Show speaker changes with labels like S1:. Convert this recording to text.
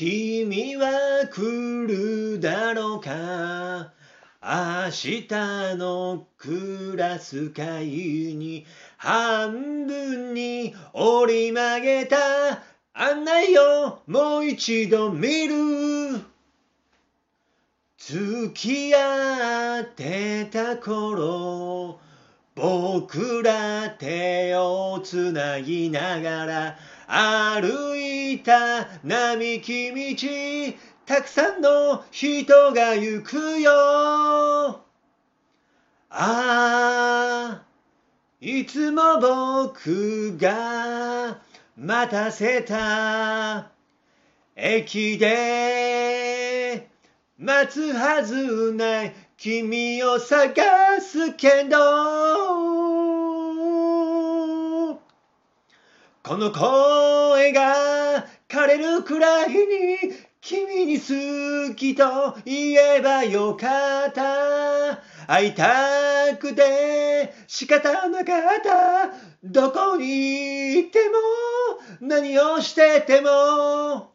S1: 君は来るだろうか。明日のクラス会に半分に折り曲げた案内をもう一度見る。付き合ってた頃、僕ら手をつなぎながら歩いた並木道、たくさんの人が行くよ。いつも僕が待たせた駅で待つはずない君を探すけど、この声が枯れるくらいに君に好きと言えばよかった。会いたくて仕方なかった。どこに行っても何をしてても